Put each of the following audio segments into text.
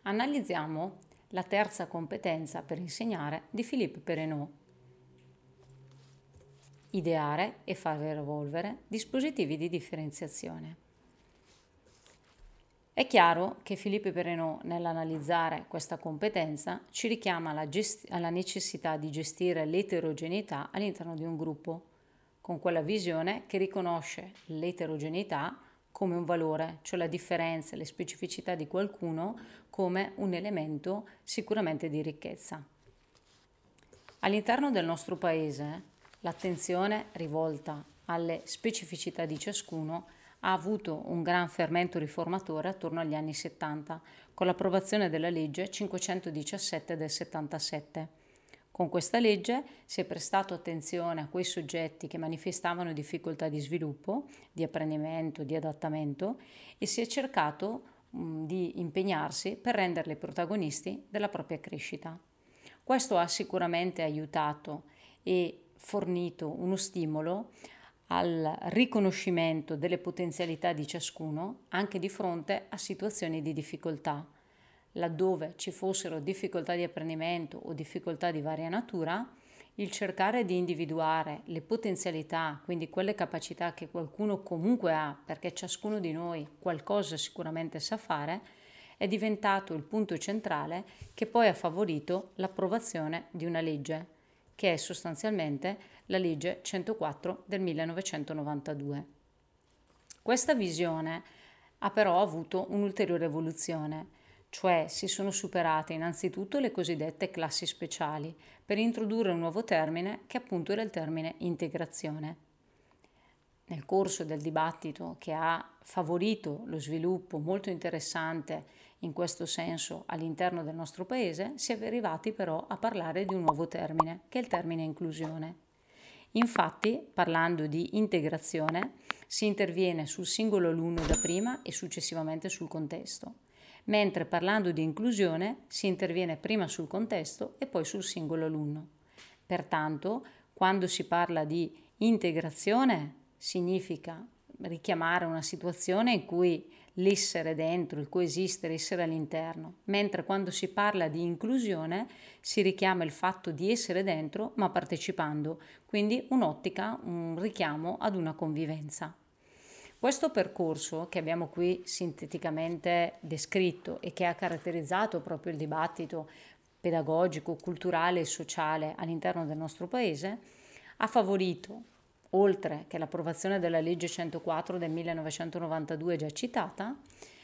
Analizziamo la terza competenza per insegnare di Philippe Perrenot. Ideare e far evolvere dispositivi di differenziazione. È chiaro che Philippe Perrenot, nell'analizzare questa competenza, ci richiama alla necessità di gestire l'eterogeneità all'interno di un gruppo, con quella visione che riconosce l'eterogeneità come un valore, cioè la differenza e le specificità di qualcuno come un elemento sicuramente di ricchezza. All'interno del nostro paese, l'attenzione rivolta alle specificità di ciascuno ha avuto un gran fermento riformatore attorno agli anni 70, con l'approvazione della legge 517 del 77. Con questa legge si è prestato attenzione a quei soggetti che manifestavano difficoltà di sviluppo, di apprendimento, di adattamento e si è cercato di impegnarsi per renderli protagonisti della propria crescita. Questo ha sicuramente aiutato e fornito uno stimolo al riconoscimento delle potenzialità di ciascuno anche di fronte a situazioni di difficoltà. Laddove ci fossero difficoltà di apprendimento o difficoltà di varia natura, il cercare di individuare le potenzialità, quindi quelle capacità che qualcuno comunque ha, perché ciascuno di noi qualcosa sicuramente sa fare, è diventato il punto centrale che poi ha favorito l'approvazione di una legge, che è sostanzialmente la legge 104 del 1992. Questa visione ha però avuto un'ulteriore evoluzione, cioè si sono superate innanzitutto le cosiddette classi speciali per introdurre un nuovo termine che appunto era il termine integrazione. Nel corso del dibattito che ha favorito lo sviluppo molto interessante in questo senso all'interno del nostro paese, si è arrivati però a parlare di un nuovo termine, che è il termine inclusione. Infatti, parlando di integrazione, si interviene sul singolo alunno da prima e successivamente sul contesto, mentre parlando di inclusione si interviene prima sul contesto e poi sul singolo alunno. Pertanto, quando si parla di integrazione, significa richiamare una situazione in cui l'essere dentro, il coesistere, essere all'interno, mentre quando si parla di inclusione si richiama il fatto di essere dentro ma partecipando, quindi un'ottica, un richiamo ad una convivenza. Questo percorso che abbiamo qui sinteticamente descritto e che ha caratterizzato proprio il dibattito pedagogico, culturale e sociale all'interno del nostro paese ha favorito, oltre che l'approvazione della legge 104 del 1992 già citata,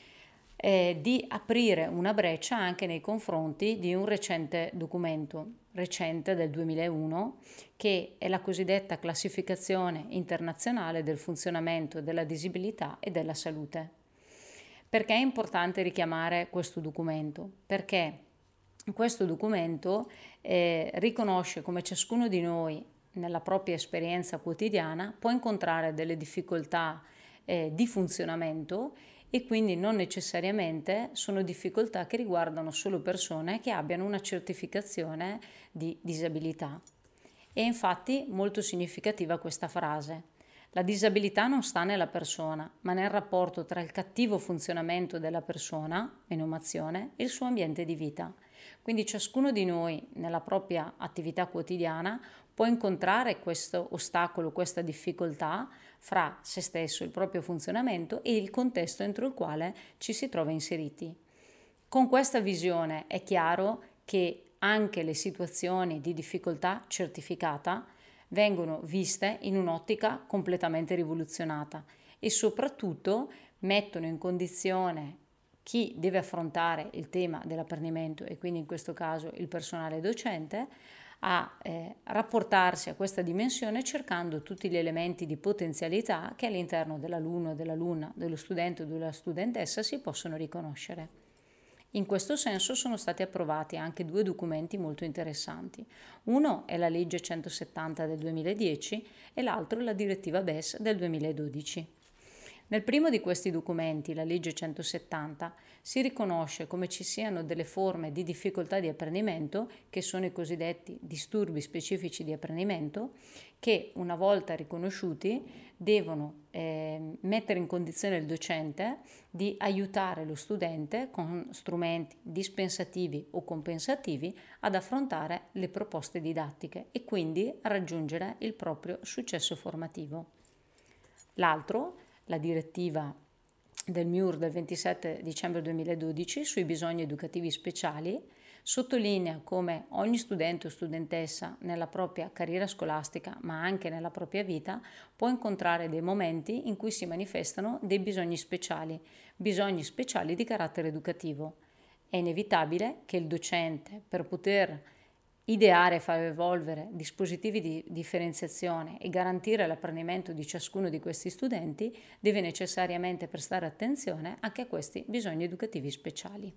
di aprire una breccia anche nei confronti di un recente documento, recente del 2001, che è la cosiddetta classificazione internazionale del funzionamento della disabilità e della salute. Perché è importante richiamare questo documento? Perché questo documento riconosce come ciascuno di noi nella propria esperienza quotidiana può incontrare delle difficoltà di funzionamento e quindi non necessariamente sono difficoltà che riguardano solo persone che abbiano una certificazione di disabilità. E infatti molto significativa questa frase. La disabilità non sta nella persona, ma nel rapporto tra il cattivo funzionamento della persona, menomazione, e il suo ambiente di vita. Quindi ciascuno di noi nella propria attività quotidiana può incontrare questo ostacolo, questa difficoltà fra se stesso, il proprio funzionamento e il contesto entro il quale ci si trova inseriti. Con questa visione è chiaro che anche le situazioni di difficoltà certificata vengono viste in un'ottica completamente rivoluzionata e soprattutto mettono in condizione chi deve affrontare il tema dell'apprendimento e quindi in questo caso il personale docente a rapportarsi a questa dimensione cercando tutti gli elementi di potenzialità che all'interno dell'alunno, dell'alunna, dello studente o della studentessa si possono riconoscere. In questo senso sono stati approvati anche due documenti molto interessanti. Uno è la legge 170 del 2010 e l'altro è la direttiva BES del 2012. Nel primo di questi documenti, la legge 170, si riconosce come ci siano delle forme di difficoltà di apprendimento, che sono i cosiddetti disturbi specifici di apprendimento, che una volta riconosciuti devono mettere in condizione il docente di aiutare lo studente con strumenti dispensativi o compensativi ad affrontare le proposte didattiche e quindi a raggiungere il proprio successo formativo. L'altro, la direttiva del MIUR del 27 dicembre 2012 sui bisogni educativi speciali, sottolinea come ogni studente o studentessa nella propria carriera scolastica, ma anche nella propria vita, può incontrare dei momenti in cui si manifestano dei bisogni speciali di carattere educativo. È inevitabile che il docente, per poter ideare e far evolvere dispositivi di differenziazione e garantire l'apprendimento di ciascuno di questi studenti, deve necessariamente prestare attenzione anche a questi bisogni educativi speciali.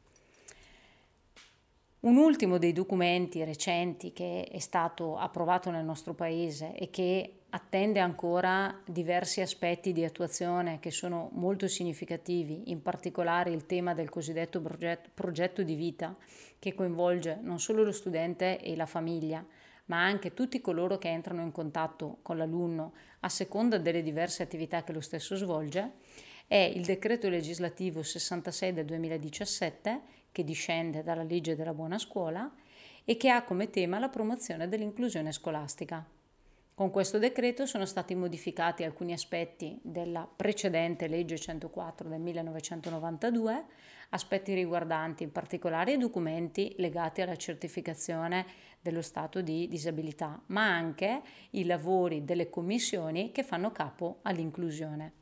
Un ultimo dei documenti recenti che è stato approvato nel nostro Paese e che attende ancora diversi aspetti di attuazione che sono molto significativi, in particolare il tema del cosiddetto progetto di vita, che coinvolge non solo lo studente e la famiglia, ma anche tutti coloro che entrano in contatto con l'alunno a seconda delle diverse attività che lo stesso svolge, è il decreto legislativo 66 del 2017, che discende dalla legge della buona scuola e che ha come tema la promozione dell'inclusione scolastica. Con questo decreto sono stati modificati alcuni aspetti della precedente legge 104 del 1992, aspetti riguardanti in particolare i documenti legati alla certificazione dello stato di disabilità, ma anche i lavori delle commissioni che fanno capo all'inclusione.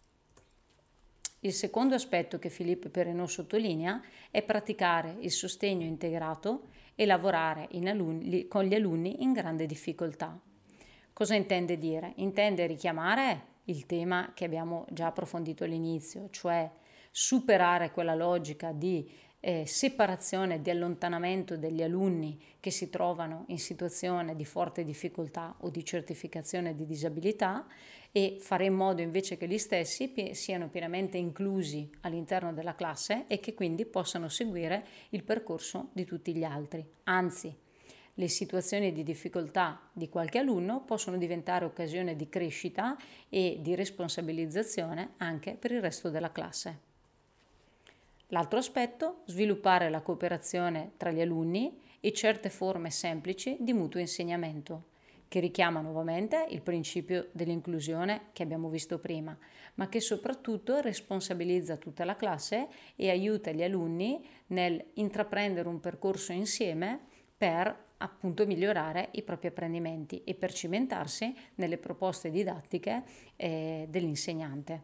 Il secondo aspetto che Philippe Perrenot sottolinea è praticare il sostegno integrato e lavorare con gli alunni in grande difficoltà. Cosa intende dire? Intende richiamare il tema che abbiamo già approfondito all'inizio, cioè superare quella logica di separazione, di allontanamento degli alunni che si trovano in situazione di forte difficoltà o di certificazione di disabilità e fare in modo invece che gli stessi siano pienamente inclusi all'interno della classe e che quindi possano seguire il percorso di tutti gli altri. Anzi, le situazioni di difficoltà di qualche alunno possono diventare occasione di crescita e di responsabilizzazione anche per il resto della classe. L'altro aspetto, sviluppare la cooperazione tra gli alunni e certe forme semplici di mutuo insegnamento, che richiama nuovamente il principio dell'inclusione che abbiamo visto prima, ma che soprattutto responsabilizza tutta la classe e aiuta gli alunni nel intraprendere un percorso insieme per appunto migliorare i propri apprendimenti e per cimentarsi nelle proposte didattiche dell'insegnante.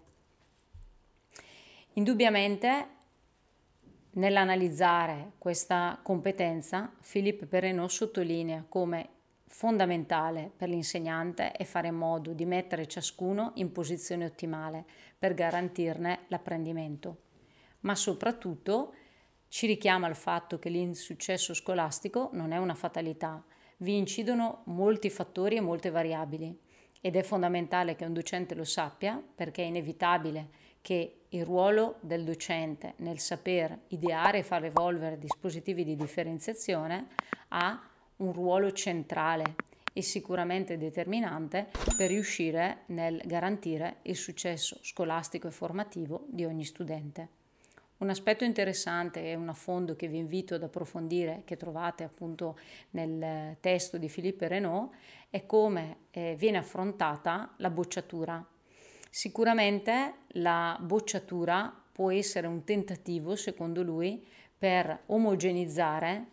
Indubbiamente, nell'analizzare questa competenza, Philippe Perrenot sottolinea come fondamentale per l'insegnante è fare in modo di mettere ciascuno in posizione ottimale per garantirne l'apprendimento, ma soprattutto ci richiama al fatto che l'insuccesso scolastico non è una fatalità, vi incidono molti fattori e molte variabili ed è fondamentale che un docente lo sappia perché è inevitabile che il ruolo del docente nel saper ideare e far evolvere dispositivi di differenziazione ha un ruolo centrale e sicuramente determinante per riuscire nel garantire il successo scolastico e formativo di ogni studente. Un aspetto interessante e un affondo che vi invito ad approfondire, che trovate appunto nel testo di Philippe Perrenot, è come viene affrontata la bocciatura. Sicuramente la bocciatura può essere un tentativo, secondo lui, per omogenizzare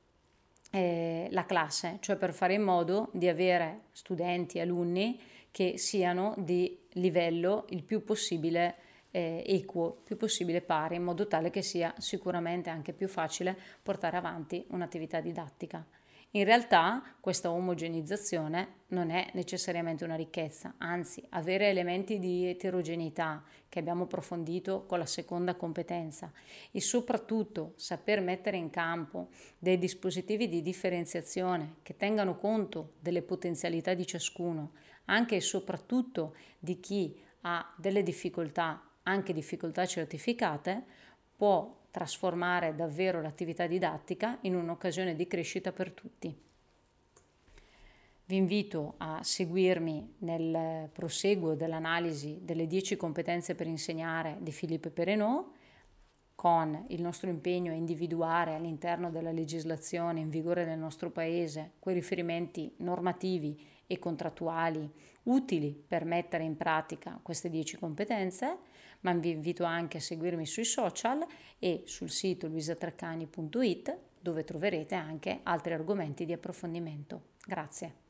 la classe, cioè per fare in modo di avere studenti e alunni che siano di livello il più possibile equo, più possibile pari, in modo tale che sia sicuramente anche più facile portare avanti un'attività didattica. In realtà questa omogenizzazione non è necessariamente una ricchezza, anzi avere elementi di eterogeneità che abbiamo approfondito con la seconda competenza e soprattutto saper mettere in campo dei dispositivi di differenziazione che tengano conto delle potenzialità di ciascuno, anche e soprattutto di chi ha delle difficoltà, anche difficoltà certificate, può trasformare davvero l'attività didattica in un'occasione di crescita per tutti. Vi invito a seguirmi nel proseguo dell'analisi delle 10 competenze per insegnare di Philippe Perrenot, con il nostro impegno a individuare all'interno della legislazione in vigore nel nostro Paese quei riferimenti normativi e contrattuali utili per mettere in pratica queste 10 competenze, ma vi invito anche a seguirmi sui social e sul sito luisatreccani.it, dove troverete anche altri argomenti di approfondimento. Grazie.